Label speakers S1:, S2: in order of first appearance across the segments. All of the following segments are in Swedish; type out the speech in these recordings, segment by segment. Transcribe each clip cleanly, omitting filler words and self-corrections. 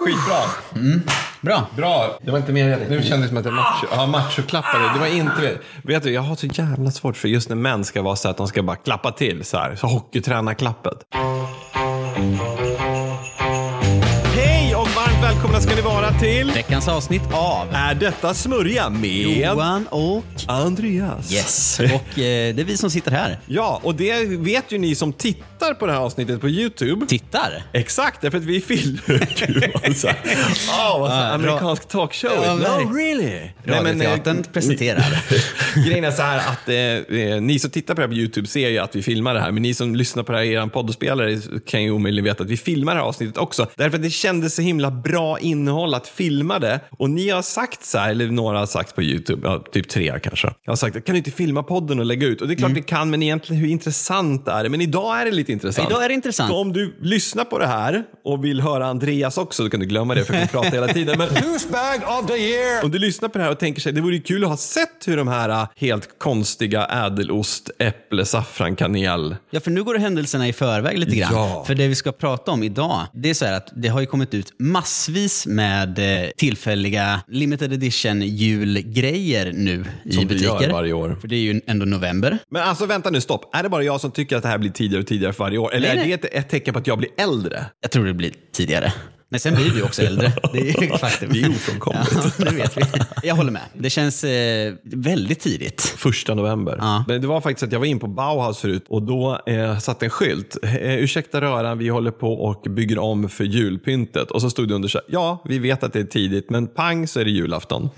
S1: Skitbra. Bra. Det var inte mer. Nu kändes det som att det var machoklappade. Det var inte. Vet du, jag har så jävla svårt för just när män ska vara så att de ska bara klappa till så här. Så hockeytränarklappet. Hej och varmt välkomna ska ni vara till
S2: veckans avsnitt av
S1: Är detta smörja med
S2: Johan och
S1: Andreas.
S2: Yes, och det är vi som sitter här.
S1: Ja, och det vet ju ni som tittar på det här avsnittet på YouTube.
S2: Tittar?
S1: Exakt, därför att vi filmar. Amerikansk talkshow. No, really?
S2: Radioteatern presenterar.
S1: Grejen är så här att ni som tittar på det här på YouTube ser ju att vi filmar det här. Men ni som lyssnar på det här i er poddspelare kan ju omöjligen veta att vi filmar det här avsnittet också. Därför att det kändes så himla bra innehåll att filma det. Och ni har sagt så här, eller några har sagt på YouTube, ja, typ 3 kanske. Jag har sagt, kan du inte filma podden och lägga ut? Och det är klart det kan, men egentligen hur intressant är det? Men idag är det lite intressant.
S2: Idag är det intressant.
S1: Så om du lyssnar på det här och vill höra Andreas också, då kan du glömma det för vi pratar hela tiden. Men douchebag of the year! Om du lyssnar på det här och tänker sig, det vore ju kul att ha sett hur de här helt konstiga ädelost, äpple, saffran, kanel.
S2: Ja, för nu går det händelserna i förväg lite grann.
S1: Ja.
S2: För det vi ska prata om idag, det är så här att det har ju kommit ut massvis med tillfälliga limited edition julgrejer nu
S1: som
S2: i butiker.
S1: Vi gör varje år.
S2: För det är ju ändå november.
S1: Men alltså vänta nu, stopp. Är det bara jag som tycker att det här blir tidigare och tidigare för varje år? Eller
S2: Nej.
S1: är det ett tecken på att jag blir äldre?
S2: Jag tror det blir tidigare. Men sen blir vi också äldre. Det är ju faktum.
S1: Det är ofrånkomligt.
S2: Ja, det vet vi. Jag håller med. Det känns väldigt tidigt.
S1: 1 november. Ja. Men det var faktiskt att jag var in på Bauhaus förut och då satt en skylt. Ursäkta röran, vi håller på och bygger om för julpyntet. Och så stod det under så här, ja, vi vet att det är tidigt, men pang så är det julafton.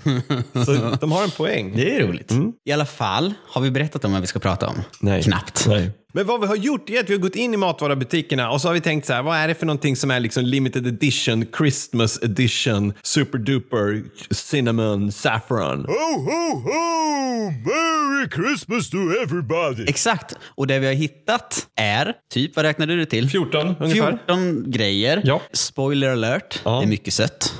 S1: Så de har en poäng.
S2: Det är roligt. I alla fall har vi berättat om vad vi ska prata om.
S1: Nej.
S2: Knappt.
S1: Nej. Men vad vi har gjort är att vi har gått in i matvarubutikerna och så har vi tänkt så här, vad är det för någonting som är liksom limited edition, Christmas edition, super duper, cinnamon, saffron.
S3: Ho, ho, ho! Merry Christmas to everybody!
S2: Exakt. Och det vi har hittat är, typ, vad räknade du till?
S1: 14 ungefär.
S2: 14 grejer.
S1: Ja.
S2: Spoiler alert,
S1: Ja.
S2: det är mycket sött.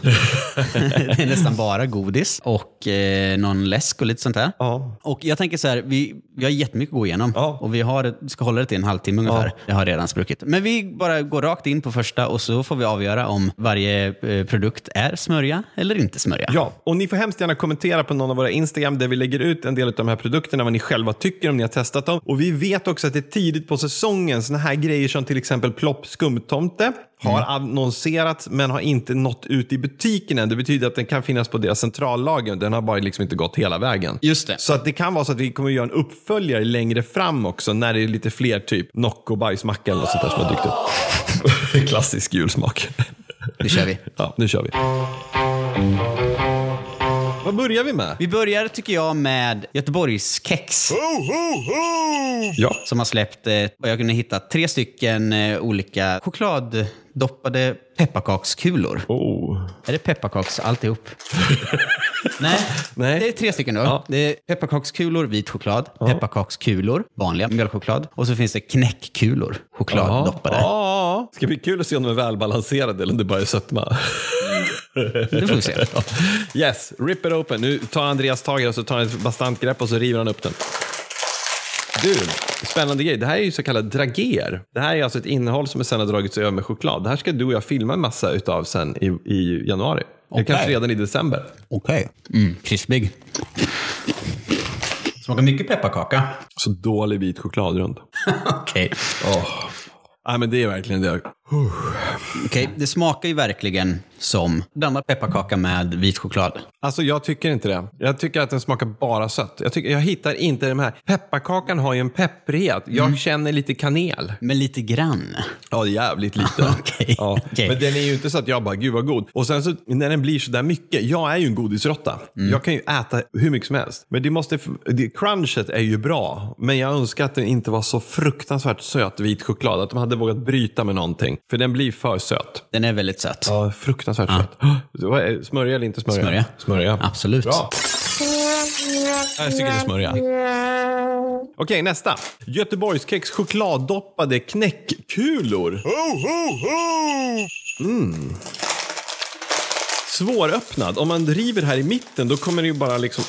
S2: Det är nästan bara godis och någon läsk och lite sånt där.
S1: Ja.
S2: Och jag tänker så här, vi har jättemycket att gå igenom.
S1: Ja.
S2: Och vi ska hålla det till en halvtimme ungefär.
S1: Ja.
S2: Det har redan spruckit. Men vi bara går rakt in på första och så får vi avgöra om varje produkt är smörja eller inte smörja.
S1: Ja, och ni får hemskt gärna kommentera på någon av våra Instagram där vi lägger ut en del av de här produkterna, vad ni själva tycker om ni har testat dem. Och vi vet också att det är tidigt på säsongen. Såna här grejer som till exempel Plopp skumtomte har annonserats men har inte nått ut i butiken än. Det betyder att den kan finnas på deras centrallager. Den har bara liksom inte gått hela vägen.
S2: Just det.
S1: Så att det kan vara så att vi kommer att göra en uppföljare längre fram också när det är lite fler typ Nocco bajsmacka eller sånt där som har dykt upp. Klassisk julsmak.
S2: Nu kör vi.
S1: Ja, nu kör vi. Vad börjar vi med?
S2: Vi börjar, tycker jag, med Göteborgs kex.
S3: Ho, ho, ho!
S1: Ja.
S2: Som har släppt, och jag kunde hitta 3 stycken olika chokladdoppade pepparkakskulor.
S1: Oh.
S2: Är det pepparkaks alltihop? Nej, det är 3 stycken då.
S1: Ja.
S2: Det är pepparkakskulor, vit choklad, pepparkakskulor, vanliga mjölkchoklad, och så finns det knäckkulor, chokladdoppade.
S1: Ja. Ska bli kul att se om de är välbalanserade eller om det bara är sötma.
S2: Det får vi se.
S1: Yes, rip it open. Nu tar Andreas tag i det och så tar han ett bastant grepp och så river han upp den. Du, spännande grej. Det här är ju så kallad drager. Det här är alltså ett innehåll som är sen har dragits över med choklad. Det här ska du och jag filma en massa utav sen i januari.
S2: Okay.
S1: Det kanske redan i december.
S2: Okej. Krispig. Smakar mycket pepparkaka.
S1: Så dålig vit choklad runt.
S2: Okej.
S1: Nej, men det är verkligen det.
S2: Okej, det smakar ju verkligen som blandad pepparkaka med vit choklad.
S1: Alltså jag tycker inte det. Jag tycker att den smakar bara sött. Jag hittar inte de här. Pepparkakan har ju en pepprighet. Jag känner lite kanel.
S2: Men lite grann.
S1: Ja, jävligt lite.
S2: Okej.
S1: Ja.
S2: Okej.
S1: Men den är ju inte så att jag bara, gud vad god. Och sen så när den blir så där mycket. Jag är ju en godisrotta. Jag kan ju äta hur mycket som helst. Men crunchet är ju bra. Men jag önskar att den inte var så fruktansvärt söt vit choklad. Att de hade vågat bryta med någonting. För den blir för söt.
S2: Den är väldigt söt.
S1: Ja, fruktansvärt söt. Smörja eller inte smörja? Smörja.
S2: Absolut.
S1: Bra. Jag tycker det är smörja. Okej, nästa. Göteborgskex chokladdoppade knäckkulor.
S3: Ho, ho, ho!
S1: Svåröppnad. Om man river här i mitten då kommer det ju bara liksom...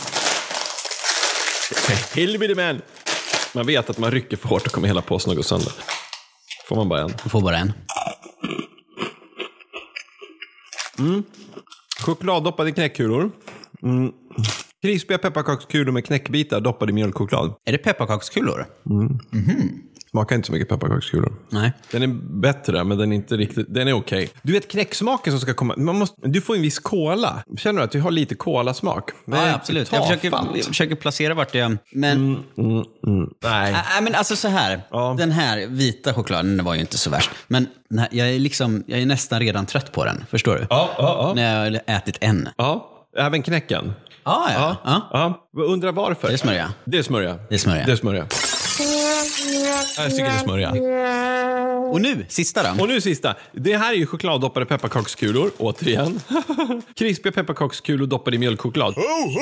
S1: Helvete man. Man vet att man rycker för hårt och kommer hela påsen att gå sönder. Får man bara en?
S2: Du får bara en.
S1: Chokladdoppade knäckkulor. Krispiga pepparkakskulor med knäckbitar doppade i mjölkchoklad.
S2: Är det pepparkakskulor?
S1: Smakar inte så mycket pepparkakskulor.
S2: Nej.
S1: Den är bättre, men den är inte riktigt... Den är okej. Du vet knäcksmaken som ska komma... Du får en viss kola. Känner du att du har lite kolasmak?
S2: Ja, absolut. Jag försöker placera vart det är. Men...
S1: Nej.
S2: Men alltså så här.
S1: Ja.
S2: Den här vita chokladen var ju inte så värst. Men jag är nästan redan trött på den. Förstår du?
S1: Ja.
S2: När jag har ätit en.
S1: Ja, även knäcken.
S2: Ja.
S1: Jag undrar varför.
S2: Det är smörja.
S1: Det är smörja.
S2: Det är smörja.
S1: Det är smörja. Jag tycker det är smörja.
S2: Och nu, sista då.
S1: Och nu sista. Det här är ju chokladdoppade pepparkakskulor, återigen. Krispiga pepparkakskulor doppade i mjölkchoklad.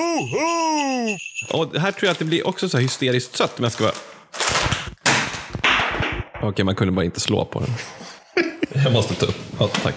S1: Och här tror jag att det blir också så här hysteriskt sött, om jag ska vara... Okej, man kunde bara inte slå på den. Jag måste ta upp. Ja, tack.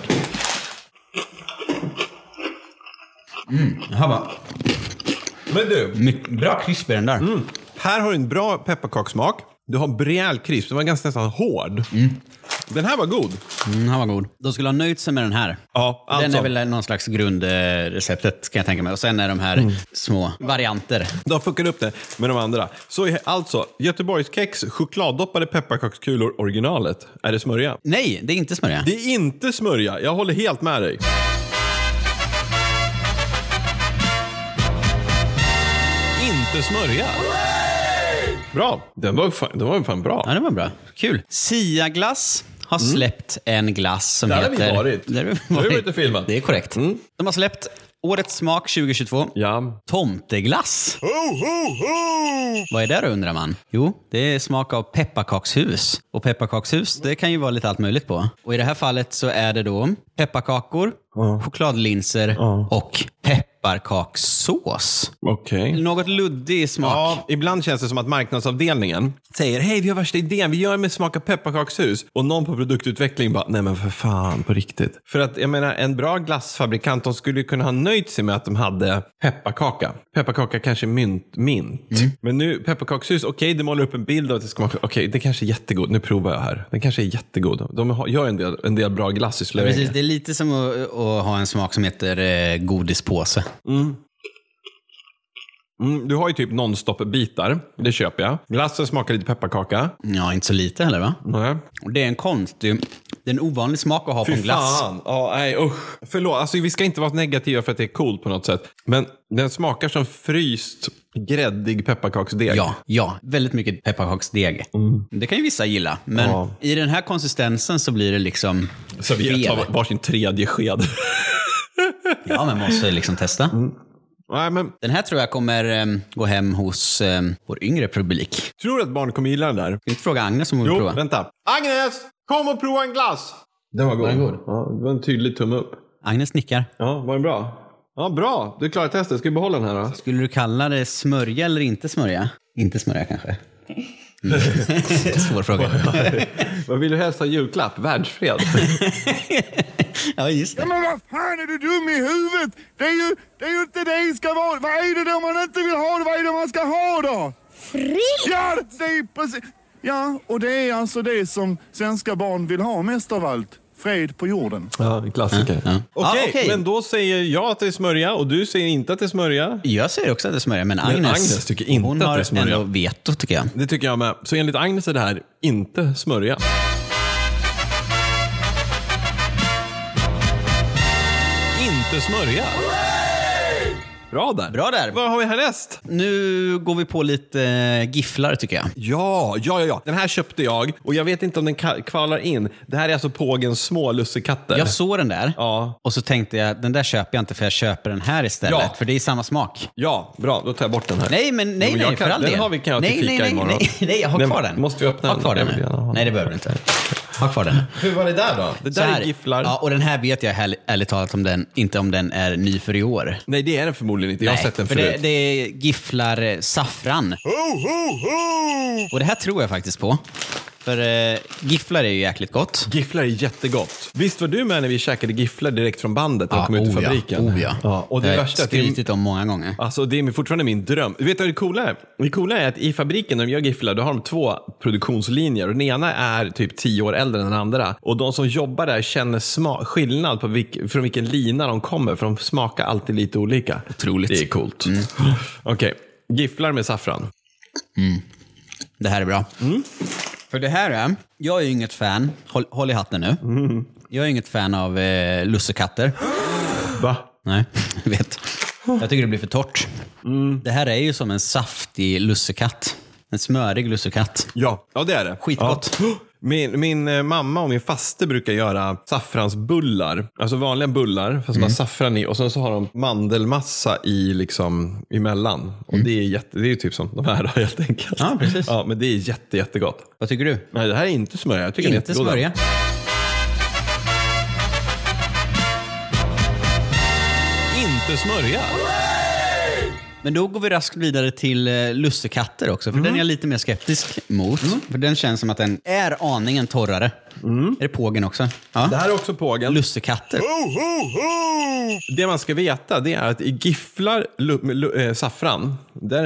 S2: Här var
S1: Men du,
S2: bra krisp i den där.
S1: här har du en bra pepparkakssmak. Du har rejäl krisp. Den var ganska nästan hård. Den här var god.
S2: Den här var god. De skulle ha nöjt sig med den här.
S1: Ja, alltså.
S2: Den är väl någon slags grundreceptet, kan jag tänka mig. Och sen är de här små varianter.
S1: De fuckade upp det med de andra. Så alltså, Göteborgskex, chokladdoppade pepparkakskulor, originalet. Är det smörja?
S2: Nej, det är inte smörja.
S1: Det är inte smörja. Jag håller helt med dig. Inte smörja. Bra. Den var fan bra.
S2: Ja, det var bra. Kul. Sia-glass har släppt en glass som
S1: Där har
S2: heter...
S1: vi varit.
S2: Där har
S1: vi varit och filmat.
S2: Det är korrekt. De har släppt Årets smak 2022.
S1: Ja.
S2: Tomteglass. Vad är det då, undrar man? Jo, det är smak av pepparkakshus. Och pepparkakshus, det kan ju vara lite allt möjligt på. Och i det här fallet så är det då pepparkakor, chokladlinser och pepparkakssås.
S1: Okej.
S2: Något luddig smak.
S1: Ja, ibland känns det som att marknadsavdelningen säger, hej, vi har värsta idén, vi gör med smak av pepparkakshus. Och någon på produktutveckling bara, nej men för fan, på riktigt. För att, jag menar, en bra glassfabrikant, de skulle kunna ha nöjt sig med att de hade pepparkaka. Pepparkaka kanske mint. Men nu, pepparkakshus, okej, det målar upp en bild av att det ska smaka, okej, det kanske är jättegod. Nu provar jag här. Den kanske är jättegod. De gör en del bra glass i slöjningen.
S2: Precis, det är lite som att ha en smak som heter godispåse.
S1: Du har ju typ non-stop-bitar. Det köper jag. Glassen smakar lite pepparkaka.
S2: Ja, inte så lite heller, va?
S1: Nej.
S2: Och det är en konst. Det är en ovanlig smak att ha på en glass.
S1: Fan. Ja, nej, usch. Förlåt, alltså vi ska inte vara negativa för att det är coolt på något sätt. Men den smakar som fryst, gräddig pepparkaksdeg.
S2: Ja, väldigt mycket pepparkaksdeg. Det kan ju vissa gilla. Men i den här konsistensen så blir det liksom...
S1: Så vi tar varsin tredje sked.
S2: Ja, men måste liksom testa.
S1: Nej, men...
S2: Den här tror jag kommer gå hem hos vår yngre publik.
S1: Tror du att barn kommer gilla den där?
S2: Ska vi inte fråga Agnes om hon vill prova?
S1: Vänta. Agnes, kom och prova en glass! Den var god. Ja, det var en tydlig tumme upp.
S2: Agnes nickar.
S1: Ja, var den bra? Ja, bra. Du klarar testet. Ska vi behålla den här då?
S2: Skulle du kalla det smörja eller inte smörja? Inte smörja kanske. Svår fråga.
S1: Vad vill du helst ha julklapp? Världsfred?
S2: Ja, just det.
S3: Ja, men vad fan är du dum i huvudet? Det är ju inte det det ska vara. Vad är det då man inte vill ha? Vad är det man ska ha då?
S4: Fred!
S3: Ja, det är precis. Ja, och det är alltså det som svenska barn vill ha mest av allt. Fred på jorden.
S1: Ja, en klassiker. Okej, men då säger jag att det är smörja och du säger inte att det är smörja.
S2: Jag säger också att det är smörja, men Agnes
S1: tycker inte
S2: hon
S1: att det är smörja.
S2: Hon har ändå veto, tycker jag.
S1: Det tycker jag med. Så enligt Agnes är det här inte smörja. Inte smörja. Bra där.
S2: Bra där.
S1: Vad har vi härnäst?
S2: Nu går vi på lite gifflar, tycker jag.
S1: Ja. Den här köpte jag och jag vet inte om den kvalar in. Det här är alltså Pågens små lussekatter.
S2: Jag såg den där
S1: Ja.
S2: och så tänkte jag, den där köper jag inte för jag köper den här istället.
S1: Ja.
S2: För det är samma smak.
S1: Ja, bra. Då tar jag bort den här.
S2: Nej, för all del.
S1: Den har vi kan jag till fika imorgon.
S2: Nej, jag har kvar den.
S1: Måste vi öppna
S2: ha kvar den? Nej, det behöver du inte. Ha kvar den.
S1: Hur var det där då? Det där är gifflar.
S2: Ja, och den här vet jag ärligt talat inte om den är ny för i år.
S1: Nej, det är den förmodligen inte. Jag har sett den förut.
S2: Det är gifflar saffran. Och det här tror jag faktiskt på. För gifflar är ju jäkligt gott.
S1: Gifflar är jättegott. Visst var du med när vi käkade gifflar direkt från bandet och kom ut i fabriken?
S2: Ja.
S1: Och det värsta
S2: skrytit om många gånger.
S1: Alltså det är fortfarande min dröm. Vet du vad det coola är? Det coola är att i fabriken när de gör gifflar, då har de 2 produktionslinjer. Och den ena är typ 10 år äldre än den andra. Och de som jobbar där känner skillnad på från vilken lina de kommer. För de smakar alltid lite olika.
S2: Otroligt.
S1: Det är coolt. Okej. Gifflar med saffran.
S2: Det här är bra. För det här är... Jag är ju inget fan. Håll i hatten nu. Jag är inget fan av lussekatter.
S1: Va?
S2: Nej, jag vet. Jag tycker det blir för torrt. Det här är ju som en saftig lussekatt. En smörig lussekatt.
S1: Ja, det är det.
S2: Skitgott.
S1: Ja. Min mamma och min faste brukar göra saffransbullar. Alltså vanliga bullar, fast man har saffran i. Och sen så har de mandelmassa i liksom emellan. Och det är ju typ som de här helt enkelt.
S2: Ja, precis.
S1: Ja, men det är jättegott.
S2: Vad tycker du?
S1: Nej, det här är inte smörja. Jag tycker det är
S2: Inte smörja.
S1: Inte smörja.
S2: Men då går vi raskt vidare till lussekatter också. För den är jag lite mer skeptisk mot. För den känns som att den är aningen torrare. Är det pågen också? Ja.
S1: Det här är också pågen.
S2: Lussekatter.
S1: Det man ska veta, det är att i gifflar saffran, där är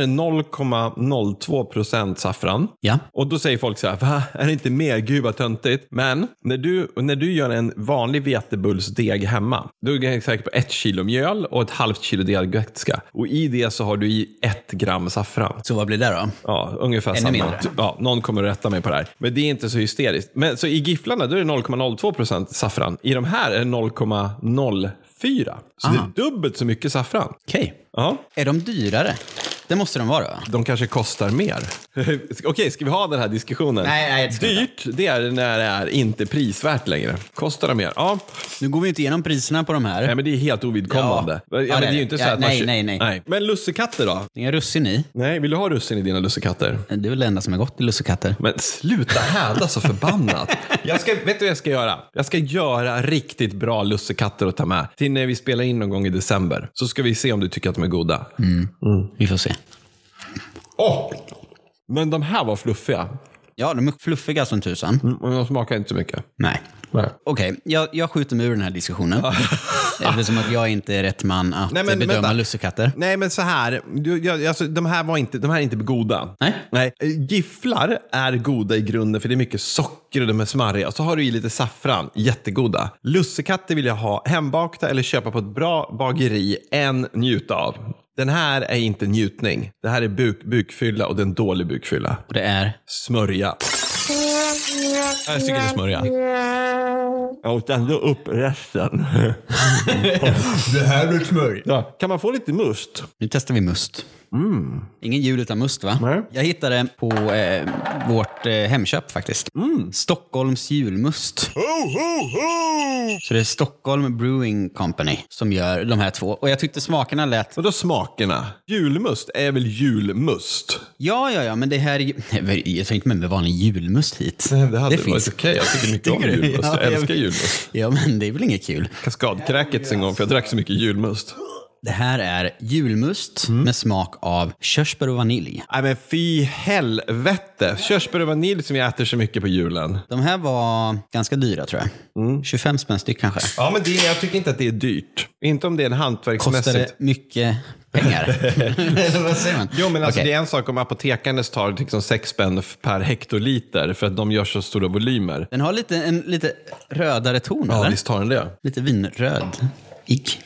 S1: 0,02% saffran.
S2: Ja.
S1: Och då säger folk så här: va? Är det inte mer? Gud vad töntigt. Men när du gör en vanlig vetebullsdeg hemma, då är jag säker på 1 kilo mjöl och ett halvt kilo degvätska. Och i det så har du i 1 gram saffran.
S2: Så vad blir det då?
S1: Ja, ungefär
S2: Ännu
S1: samma.
S2: mindre.
S1: Ja, någon kommer att rätta mig på det här. Men det är inte så hysteriskt. Men så i gifflarna, då är det 0,02% saffran. I de här är det 0,04. Så det är dubbelt så mycket saffran.
S2: Okej.
S1: Ja.
S2: Är de dyrare? Det måste de vara, va?
S1: De kanske kostar mer. Okej, ska vi ha den här diskussionen?
S2: Nej,
S1: dyrt, det är när det är inte prisvärt längre. Kostar det mer? Ja.
S2: Nu går vi inte igenom priserna på de här.
S1: Nej, men det är helt ovidkommande. Ja. Men det är ju inte så att
S2: nej.
S1: Men lussekatter då?
S2: Inga russin i.
S1: Nej, vill du ha russin i dina lussekatter?
S2: Det är väl det enda som är gott i lussekatter.
S1: Men sluta häda så förbannat. Vet du vad jag ska göra? Jag ska göra riktigt bra lussekatter att ta med. Till när vi spelar in någon gång i december. Så ska vi se om du tycker att de är goda.
S2: Vi får se.
S1: Men de här var fluffiga.
S2: Ja, de är fluffiga som tusan.
S1: Men de smakar inte så mycket.
S2: Nej. Okej, jag skjuter mig ur den här diskussionen. Eftersom att jag inte är rätt man att bedöma lussekatter.
S1: Nej, men så här. Alltså, de här är inte goda. Nej. Gifflar är goda i grunden för det är mycket socker och de är smarriga. Och så har du i lite saffran. Jättegoda. Lussekatter vill jag ha hembakta eller köpa på ett bra bageri än njuta av. Den här är inte njutning. Det här är bukfylla och det är en dålig bukfylla.
S2: Och det är?
S1: Smörja. Jag tycker det är smörja. Jag åt ändå upp resten.
S2: Det här blir smörja.
S1: Ja. Kan man få lite must?
S2: Nu testar vi must. Ingen jul utan must, va?
S1: Nej.
S2: Jag hittade på vårt Hemköp faktiskt. Stockholms julmust. Så det är Stockholm Brewing Company som gör de här 2. Och jag tyckte smakerna lät...
S1: Och då smakerna? Julmust är väl julmust?
S2: Ja, men det här är... Jag tar inte med vanlig julmust hit.
S1: Nej, det hade varit okej. Jag tycker mycket om julmust. Jag älskar julmust.
S2: Ja, men det är väl inget kul.
S1: Kaskadkräket en gång för jag drack så mycket julmust.
S2: Det här är julmust med smak av körsbär och vanilj.
S1: Nej, men fy helvete. Körsbär och vanilj som jag äter så mycket på julen.
S2: De här var ganska dyra, tror jag. 25 spänn styck kanske.
S1: Ja, men jag tycker inte att det är dyrt. Inte om det är en hantverksmässigt.
S2: Kostar det mycket pengar? Vad säger man?
S1: Jo, men alltså det är en sak om apotekarnes tar liksom 6 spänn per hektoliter för att de gör så stora volymer.
S2: Den har en lite rödare ton, eller?
S1: Ja, visst har den det.
S2: Lite vinröd-ig.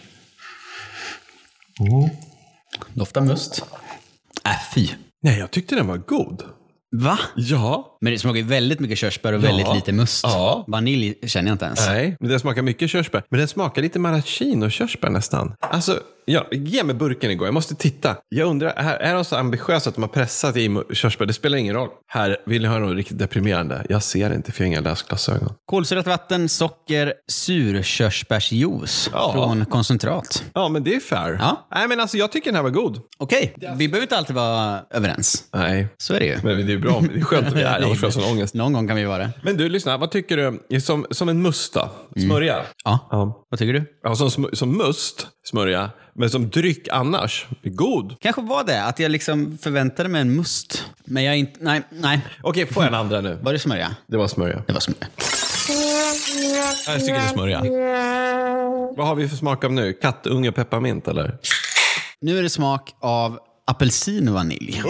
S2: Doftar must. Fy.
S1: Nej, jag tyckte den var god.
S2: Va?
S1: Ja.
S2: Men det smakar väldigt mycket körsbär och väldigt lite must.
S1: Ja.
S2: Vanilj känner jag inte ens.
S1: Nej, men den smakar mycket körsbär. Men den smakar lite maraschino och körsbär nästan. Alltså, ge mig burken igår. Jag måste titta. Jag undrar, är de så ambitiösa att de har pressat i körsbär? Det spelar ingen roll. Här vill jag ha något riktigt deprimerande. Jag ser inte för jag har inga läsglasögon.
S2: Kolsyrat vatten, socker, surkörsbärsjuice från koncentrat.
S1: Ja, men det är fair.
S2: Ja.
S1: Nej, men alltså jag tycker den här var god.
S2: Okej, vi behöver inte alltid vara överens.
S1: Nej.
S2: Så är det ju.
S1: Men det är bra, det är skönt att vi är här. Annars får jag sån ångest.
S2: Någon gång kan vi vara det.
S1: Men du, lyssna. Vad tycker du som en must då? Smörja?
S2: Ja. Vad tycker du?
S1: Ja, som must. smörja. Men som dryck annars, god.
S2: Kanske var det att jag liksom förväntade mig en must. Men jag inte... Nej.
S1: Okej, får jag en andra nu?
S2: Var det smörja?
S1: Det var smörja.
S2: Det var smörja.
S1: Jag tycker det är smörja. Vad har vi för smak av nu? Kattunge och pepparmint eller?
S2: Nu är det smak av apelsin och vanilj.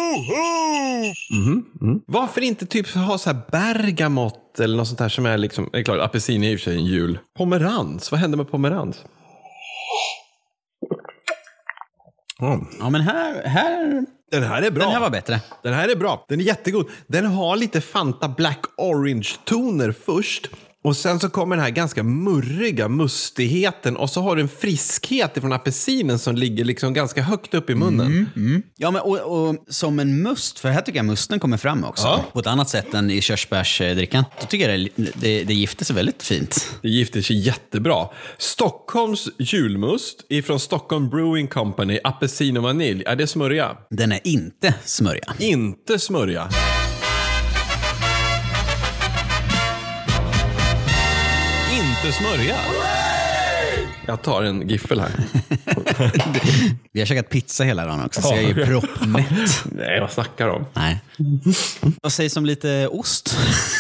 S1: Varför inte typ ha så här bergamott eller något sånt här som är liksom... Det är klart, apelsin är i och för sig en jul. Pomerans, vad händer med pomerans?
S2: Ja, men här...
S1: Den här är bra.
S2: Den här var bättre.
S1: Den här är bra. Den är jättegod. Den har lite Fanta Black Orange-toner först. Och sen så kommer den här ganska murriga mustigheten. Och så har du en friskhet från apelsinen som ligger liksom ganska högt upp i munnen.
S2: Ja, men och som en must, för här tycker jag musten kommer fram också.
S1: Ja.
S2: På ett annat sätt än i körsbärsdrickan. Då tycker jag det gifter sig väldigt fint.
S1: Det gifter sig jättebra. Stockholms julmust ifrån Stockholm Brewing Company, apelsin och vanilj. Är det smörja?
S2: Den är inte smörja.
S1: Inte smörja. Inte smörja. Jag tar en giffel här.
S2: Vi har käkat pizza hela dagen också, så jag är ju proppmätt.
S1: Nej, vad snackar de om?
S2: Nej. Vad sägs om lite ost?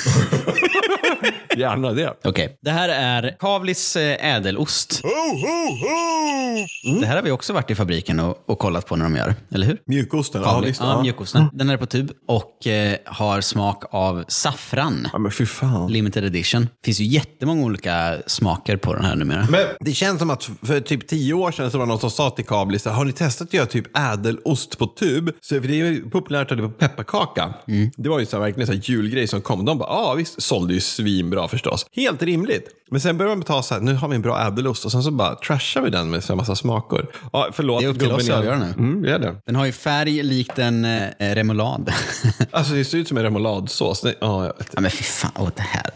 S1: Gärna det.
S2: Okej. Det här är Kavlis ädelost. Det här har vi också varit i fabriken och kollat på när de gör, eller hur?
S1: Mjukosten.
S2: Kavli.
S1: Visst,
S2: Ja, mjukosten. Den är på tub och har smak av saffran.
S1: Ja, men fy fan.
S2: Limited edition. Det finns ju jättemånga olika smaker på den här numera.
S1: Men det känns som att för typ 10 år sedan så var det någon som sa till Kavli så har ni testat att göra typ ädelost på tub? Så för det är ju populärt att det på pepparkaka. Det var ju så här, verkligen så här julgrej som kom. De bara, visst, sålde ju svinbra förstås. Helt rimligt. Men sen börjar man ta så här, nu har vi en bra ädelost och sen så bara trashar vi den med så här massa smaker. Ja, förlåt.
S2: Det är upp till oss att göra nu.
S1: Det är det.
S2: Den har ju färg likt en remoulad.
S1: Alltså det ser ut som en remouladsås. Jag vet inte.
S2: Ja, men fy fan, det här.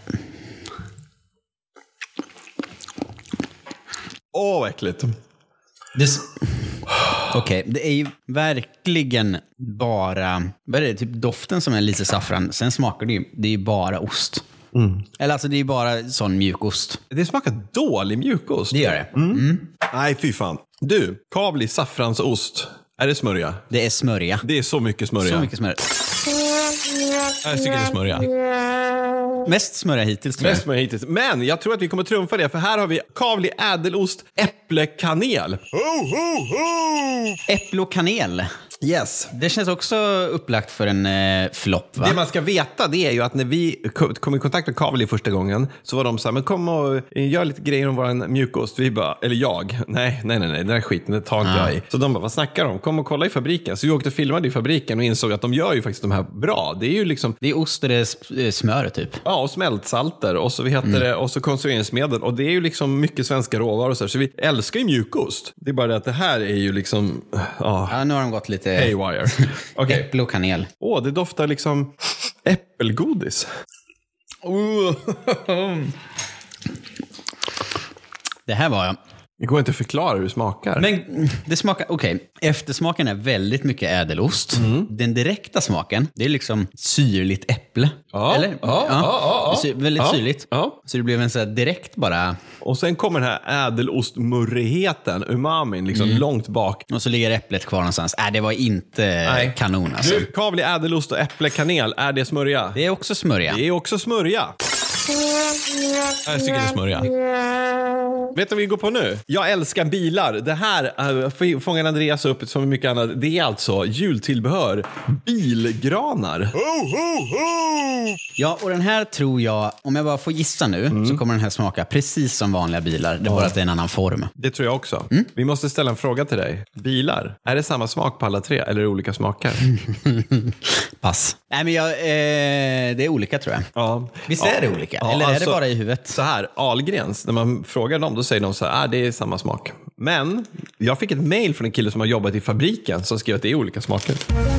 S1: Vad äckligt.
S2: Okej, det är ju verkligen bara... Vad är det? Typ doften som är lite saffran. Sen smakar det är ju bara ost. Eller alltså det är bara sån mjukost.
S1: Det smakar dålig mjukost.
S2: Det gör det.
S1: Nej, fy fan. Du, Kavli saffransost. Är det smörja?
S2: Det är smörja.
S1: Det är så mycket smörja.
S2: Så mycket smörja.
S1: Jag tycker det är smörja.
S2: Mest smörja hittills, tror jag.
S1: Mest smörja hittills. Men jag tror att vi kommer trumfa det. För här har vi Kavli ädelost äpplekanel.
S2: Äpple och kanel.
S1: Yes.
S2: Det känns också upplagt för en flopp, va?
S1: Det man ska veta, det är ju att när vi kom i kontakt med Kavli första gången så var de så här, men kom och gör lite grejer om våran mjukost. Vi bara, eller jag. Nej, den där skiten, det tar inte jag i. Så de bara, vad snackar de? Kom och kolla i fabriken. Så vi åkte och filmade i fabriken och insåg att de gör ju faktiskt de här bra. Det är ju liksom...
S2: Det är ost och det är smör, typ.
S1: Ja, och smältsalter och så det, och så konserveringsmedel. Och det är ju liksom mycket svenska råvaror så vi älskar ju mjukost. Det är bara det att det här är ju liksom...
S2: Ja, nu har de gått lite...
S1: Haywire. Okay.
S2: Äpple och kanel.
S1: Det doftar liksom äppelgodis.
S2: Det här var...
S1: Det går inte att förklara hur det smakar.
S2: Men det smakar... Okej. Eftersmaken är väldigt mycket ädelost. Den direkta smaken, det är liksom syrligt äpple.
S1: Ja.
S2: Eller?
S1: Ja.
S2: Det är väldigt syrligt.
S1: Ja.
S2: Så det blev en så här direkt bara...
S1: Och sen kommer den här ädelostmurrigheten, umamin, liksom långt bak.
S2: Och så ligger äpplet kvar någonstans. Det var inte kanon alltså.
S1: Du, Kavli ädelost och äpplekanel, är det smörja?
S2: Det är också smörja.
S1: Det är också smörja. Jag tycker det är smörja. Vet du vad vi går på nu? Jag älskar bilar. Det här fångar Andreas upp som mycket annat. Det är alltså jultillbehör. Bilgranar.
S2: Ja, och den här tror jag, om jag bara får gissa nu, så kommer den här smaka precis som vanliga bilar. Det är bara att det är en annan form.
S1: Det tror jag också. Vi måste ställa en fråga till dig. Bilar, är det samma smak på alla tre eller är det olika smaker?
S2: Pass. Nej, men det är olika, tror jag.
S1: Ja.
S2: Visst är det olika?
S1: Ja,
S2: eller är
S1: alltså,
S2: det bara i huvudet?
S1: Så här, Ahlgrens, när man frågar dem, då säger de så här, det är samma smak. Men jag fick ett mejl från en kille som har jobbat i fabriken som skrev att det är olika smaker.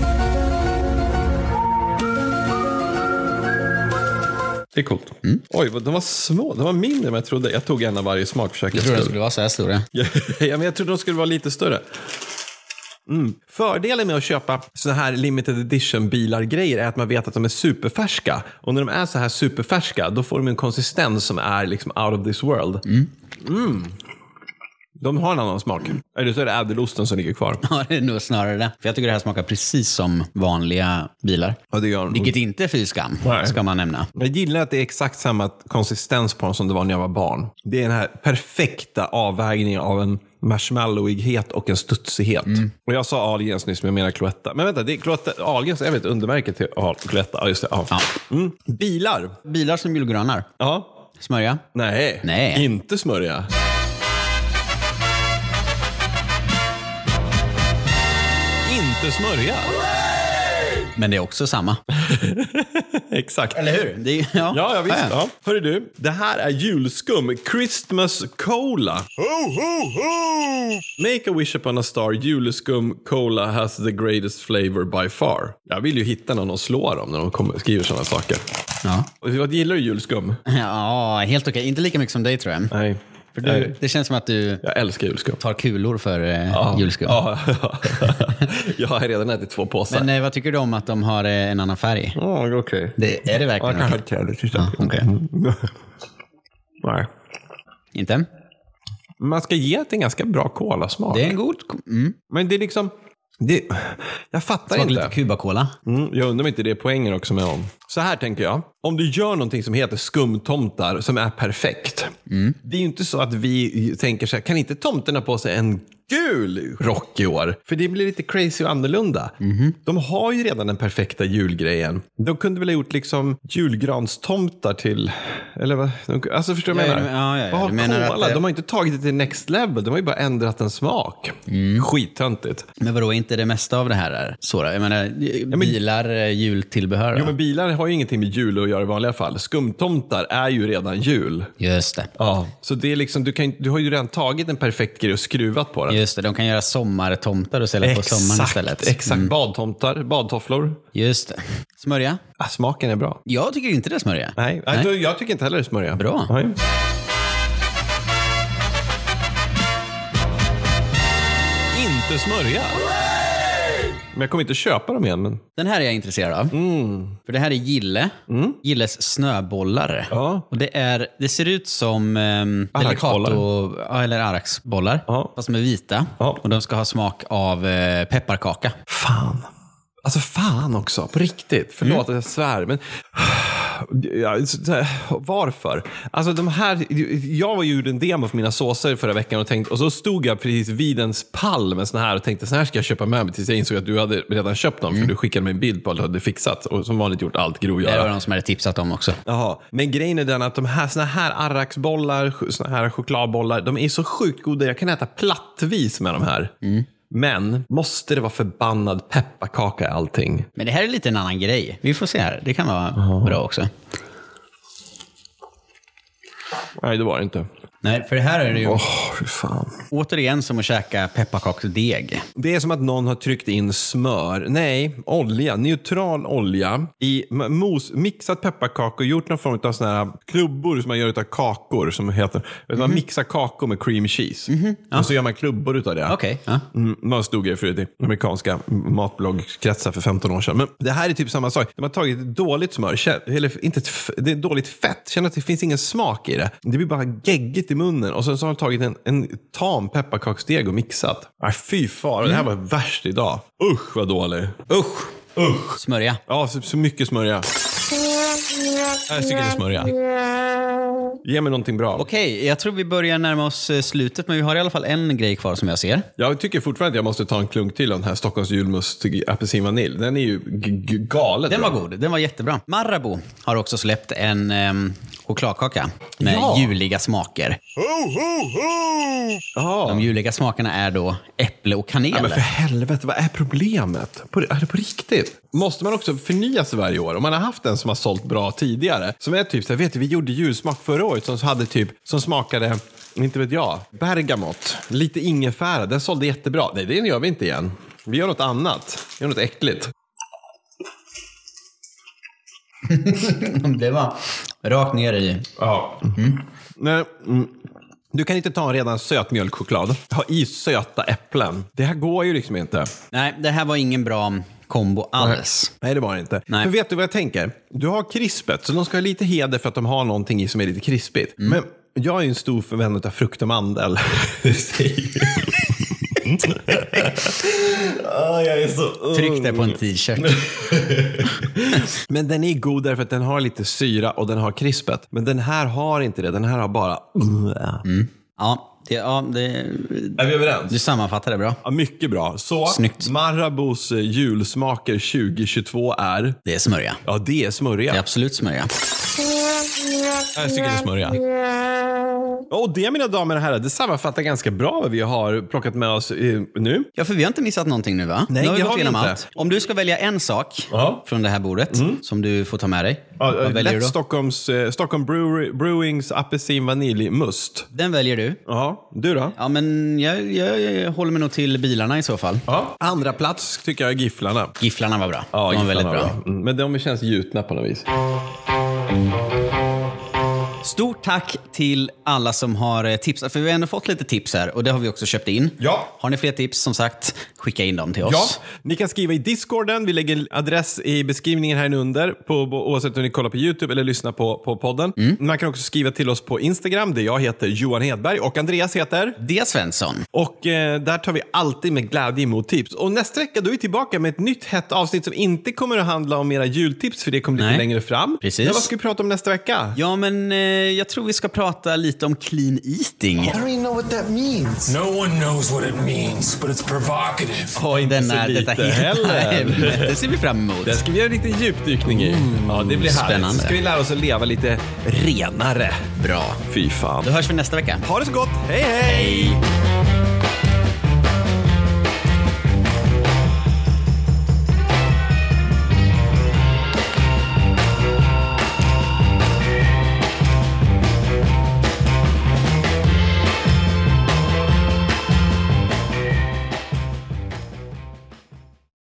S1: Det är coolt. Oj, de var små. De var mindre än jag trodde. Jag tog en av varje smakförsök.
S2: Jag trodde de skulle vara så här stora.
S1: Ja, men jag trodde de skulle vara lite större. Fördelen med att köpa såna här limited edition bilar-grejer är att man vet att de är superfärska. Och när de är så här superfärska, då får de en konsistens som är liksom out of this world. De har en annan smak. Eller så är det ädelosten som ligger kvar.
S2: Ja, det är nog snarare det. För jag tycker det här smakar precis som vanliga bilar.
S1: Ja, det gör de.
S2: Vilket inte är fy skam, ska man nämna.
S1: Jag gillar att det är exakt samma konsistens på dem som det var när jag var barn. Det är den här perfekta avvägningen av en marshmallowighet och en studsighet. Och jag sa Ahlgrens nyss, men jag menar Cloetta. Men vänta, det är Cloetta, Ahlgrens är väl ett undermärke till Cloetta? Ja, just det. Ja. Bilar.
S2: Bilar som julgranar.
S1: Ja.
S2: Smörja?
S1: Nej. Inte smörja. Inte smörja.
S2: Men det är också samma.
S1: Exakt.
S2: Eller hur? Det är,
S1: ja, visst. Ja. Hörru du, det här är julskum. Christmas Cola.
S3: Ho, ho, ho!
S1: Make a wish upon a star. Julskum Cola has the greatest flavor by far. Jag vill ju hitta någon och slå dem när de skriver sådana saker.
S2: Ja.
S1: Och vad gillar du julskum?
S2: Ja, helt okej. Inte lika mycket som dig, tror jag.
S1: Nej.
S2: För det känns som att du
S1: jag älskar julskum.
S2: tar kulor för julskum.
S1: Ja. Jag har redan ätit 2 påsar.
S2: Men vad tycker du om att de har en annan färg?
S1: Okej.
S2: Är det verkligen
S1: jag kan
S2: okej?
S1: inte det.
S2: Okej.
S1: Nej.
S2: Inte?
S1: Man ska ge det en ganska bra kolasmak.
S2: Det är en god...
S1: Men det är liksom... jag fattar
S2: inte.
S1: inte.
S2: Lite Cuba-cola.
S1: Jag undrar om inte det är poängen också med om. Så här tänker jag. Om du gör någonting som heter skumtomtar som är perfekt. Det är ju inte så att vi tänker så här, kan inte tomterna på sig en gul rock i år? För det blir lite crazy och annorlunda. De har ju redan den perfekta julgrejen. De kunde väl ha gjort liksom julgranstomtar till... Eller vad? Alltså förstår du vad jag menar?
S2: Ja.
S1: Vad har
S2: Du menar
S1: kola?
S2: att
S1: De har inte tagit det till next level. De har ju bara ändrat en smak. Skittöntigt.
S2: Men vadå, inte det mesta av det här är så? Jag menar, bilar, jultillbehör.
S1: Jo, men bilar har ju ingenting med jul att göra i vanliga fall. Skumtomtar är ju redan jul.
S2: Just det.
S1: Ja. Så det är liksom, du har ju redan tagit en perfekt grej och skruvat på den.
S2: Just det, de kan göra sommartomtar och sälja på sommaren istället.
S1: Exakt, badtomtar, badtofflor.
S2: Just det. Smörja?
S1: Smaken är bra.
S2: Jag tycker inte det är smörja.
S1: Nej. Jag tycker inte heller det är smörja.
S2: Bra.
S1: Nej. Inte smörja. Men jag kommer inte köpa dem igen. Men...
S2: Den här är jag intresserad av. För det här är Gille. Gilles snöbollar.
S1: Ja.
S2: Och det ser ut som
S1: Arraksbollar.
S2: Eller arraksbollar.
S1: Ja.
S2: Fast de är vita.
S1: Ja.
S2: Och de ska ha smak av pepparkaka.
S1: Fan. Alltså fan också, på riktigt. Förlåt att jag svär, men... Ja, varför? Alltså de här... Jag gjorde en demo för mina såser förra veckan och så stod jag precis vid en pall med såna här och tänkte, så här ska jag köpa med mig, tills jag insåg att du hade redan köpt dem, för du skickade mig en bild på att du hade fixat och som vanligt gjort allt grovgöra.
S2: Det var de som hade tipsat om också.
S1: Jaha, men grejen är den att de här såna här arraksbollar, såna här chokladbollar, de är så sjukt goda. Jag kan äta plattvis med de här. Men måste det vara förbannad pepparkaka i allting?
S2: Men det här är lite en annan grej. Vi får se här. Det kan vara bra också.
S1: Nej, det var det inte.
S2: Nej, för det här är det ju
S1: Fy fan.
S2: återigen som att käka pepparkaksdeg.
S1: Det är som att någon har tryckt in smör. Nej, olja. Neutral olja i mixat pepparkakor, gjort någon form av såna här klubbor som man gör utav kakor som heter. Man mixar kakor med cream cheese. Och så gör man klubbor utav det.
S2: Okej. Ja.
S1: Man stod ju förut i amerikanska matbloggkretsar för 15 år sedan. Men det här är typ samma sak. De har tagit ett dåligt smör, eller inte det är dåligt fett. Känner att det finns ingen smak i det. Det blir bara geggigt i munnen. Och sen så har de tagit en tam pepparkaksdeg och mixat. Nej, fy far. Det här var värst idag. Usch, vad dålig. Usch.
S2: Smörja.
S1: Ja, så mycket smörja. Jag tycker det är smörja. Ge mig någonting bra.
S2: Okej, jag tror vi börjar närma oss slutet, men vi har i alla fall en grej kvar som jag ser.
S1: Jag tycker fortfarande att jag måste ta en klunk till av den här Stockholms julmust apelsin vanilj. Den är ju galet.
S2: Den var god, den var jättebra. Marabou har också släppt en chokladkaka med juliga smaker. De juliga smakerna är då äpple och kanel.
S1: Ja, men för helvete, vad är problemet? Är det på riktigt? Måste man också förnya sig varje år? Om man har haft en som har sålt bra tidigare, som är typ så här, vet du, vi gjorde julsmak förra året som smakade, inte vet jag, bergamott, lite ingefära, den sålde jättebra. Nej, det gör vi inte igen. Vi gör något annat. Vi gör något äckligt.
S2: Det var rakt ner i.
S1: Ja. Nej, du kan inte ta en redan söt mjölkchoklad, ha i söta äpplen. Det här går ju liksom inte.
S2: Nej, det här var ingen bra kombo alls.
S1: Nej, det var det inte.
S2: Nej.
S1: För vet du vad jag tänker? Du har krispet, så de ska ha lite heder för att de har någonting i som är lite krispigt. Men Jag är ju en stor vän av frukt och mandel. Jag är så
S2: Tryck det på en t-shirt.
S1: Men den är god därför att den har lite syra och den har krispet. Men den här har inte det. Den här har bara...
S2: Ja, det...
S1: Är vi överens?
S2: Du sammanfattar det bra.
S1: Ja, mycket bra. Så,
S2: Snyggt.
S1: Marabous julsmaker 2022 är...
S2: Det är smörja.
S1: Ja, det är smörja.
S2: Det är absolut smörja.
S1: Jag tycker det är smörja. Och det, mina damer och herrar, det sammanfattar ganska bra vad vi har plockat med oss nu.
S2: Ja, för vi har inte missat någonting nu, va?
S1: Nej,
S2: nu har vi
S1: det
S2: gått
S1: har vi
S2: igenom
S1: inte.
S2: allt. Om du ska välja en sak
S1: Ja.
S2: från det här bordet som du får ta med dig, vad väljer du
S1: Lätt
S2: då?
S1: Stockholm Brewings apelsin vanilj must.
S2: Den väljer du.
S1: Ja, du då?
S2: Ja, men jag håller mig nog till bilarna i så fall.
S1: Ja. Andra plats tycker jag är gifflarna.
S2: Gifflarna var bra.
S1: Ja,
S2: de var väldigt
S1: gifflarna
S2: bra.
S1: var Men de känns gjutna på något vis.
S2: Stort tack till alla som har tipsat. För vi har ändå fått lite tips här. Och det har vi också köpt in.
S1: Ja.
S2: Har ni fler tips, som sagt, skicka in dem till oss.
S1: Ja, ni kan skriva i Discorden. Vi lägger adress i beskrivningen här under. Oavsett om ni kollar på YouTube eller lyssnar på podden. Man kan också skriva till oss på Instagram. Där jag heter Johan Hedberg och Andreas heter...
S2: Dia Svensson.
S1: Och där tar vi alltid med glädje emot tips. Och nästa vecka då är vi tillbaka med ett nytt hett avsnitt som inte kommer att handla om era jultips. För det kommer lite längre fram.
S2: Precis.
S1: Men vad ska vi prata om nästa vecka?
S2: Ja, men jag tror vi ska prata lite om clean eating.
S4: I don't even know what that means.
S5: No one knows what it means, but it's provocative.
S1: Ja, inte så lite
S2: detta
S1: heller.
S2: ämnet. Det ser vi fram emot.
S1: Där ska vi göra en liten djupdykning i. Ja, det blir härligt.
S2: Spännande.
S1: Så ska vi lära oss att leva lite renare.
S2: Bra.
S1: Fy fan.
S2: Då hörs vi nästa vecka.
S1: Ha det så gott. Hej, hej!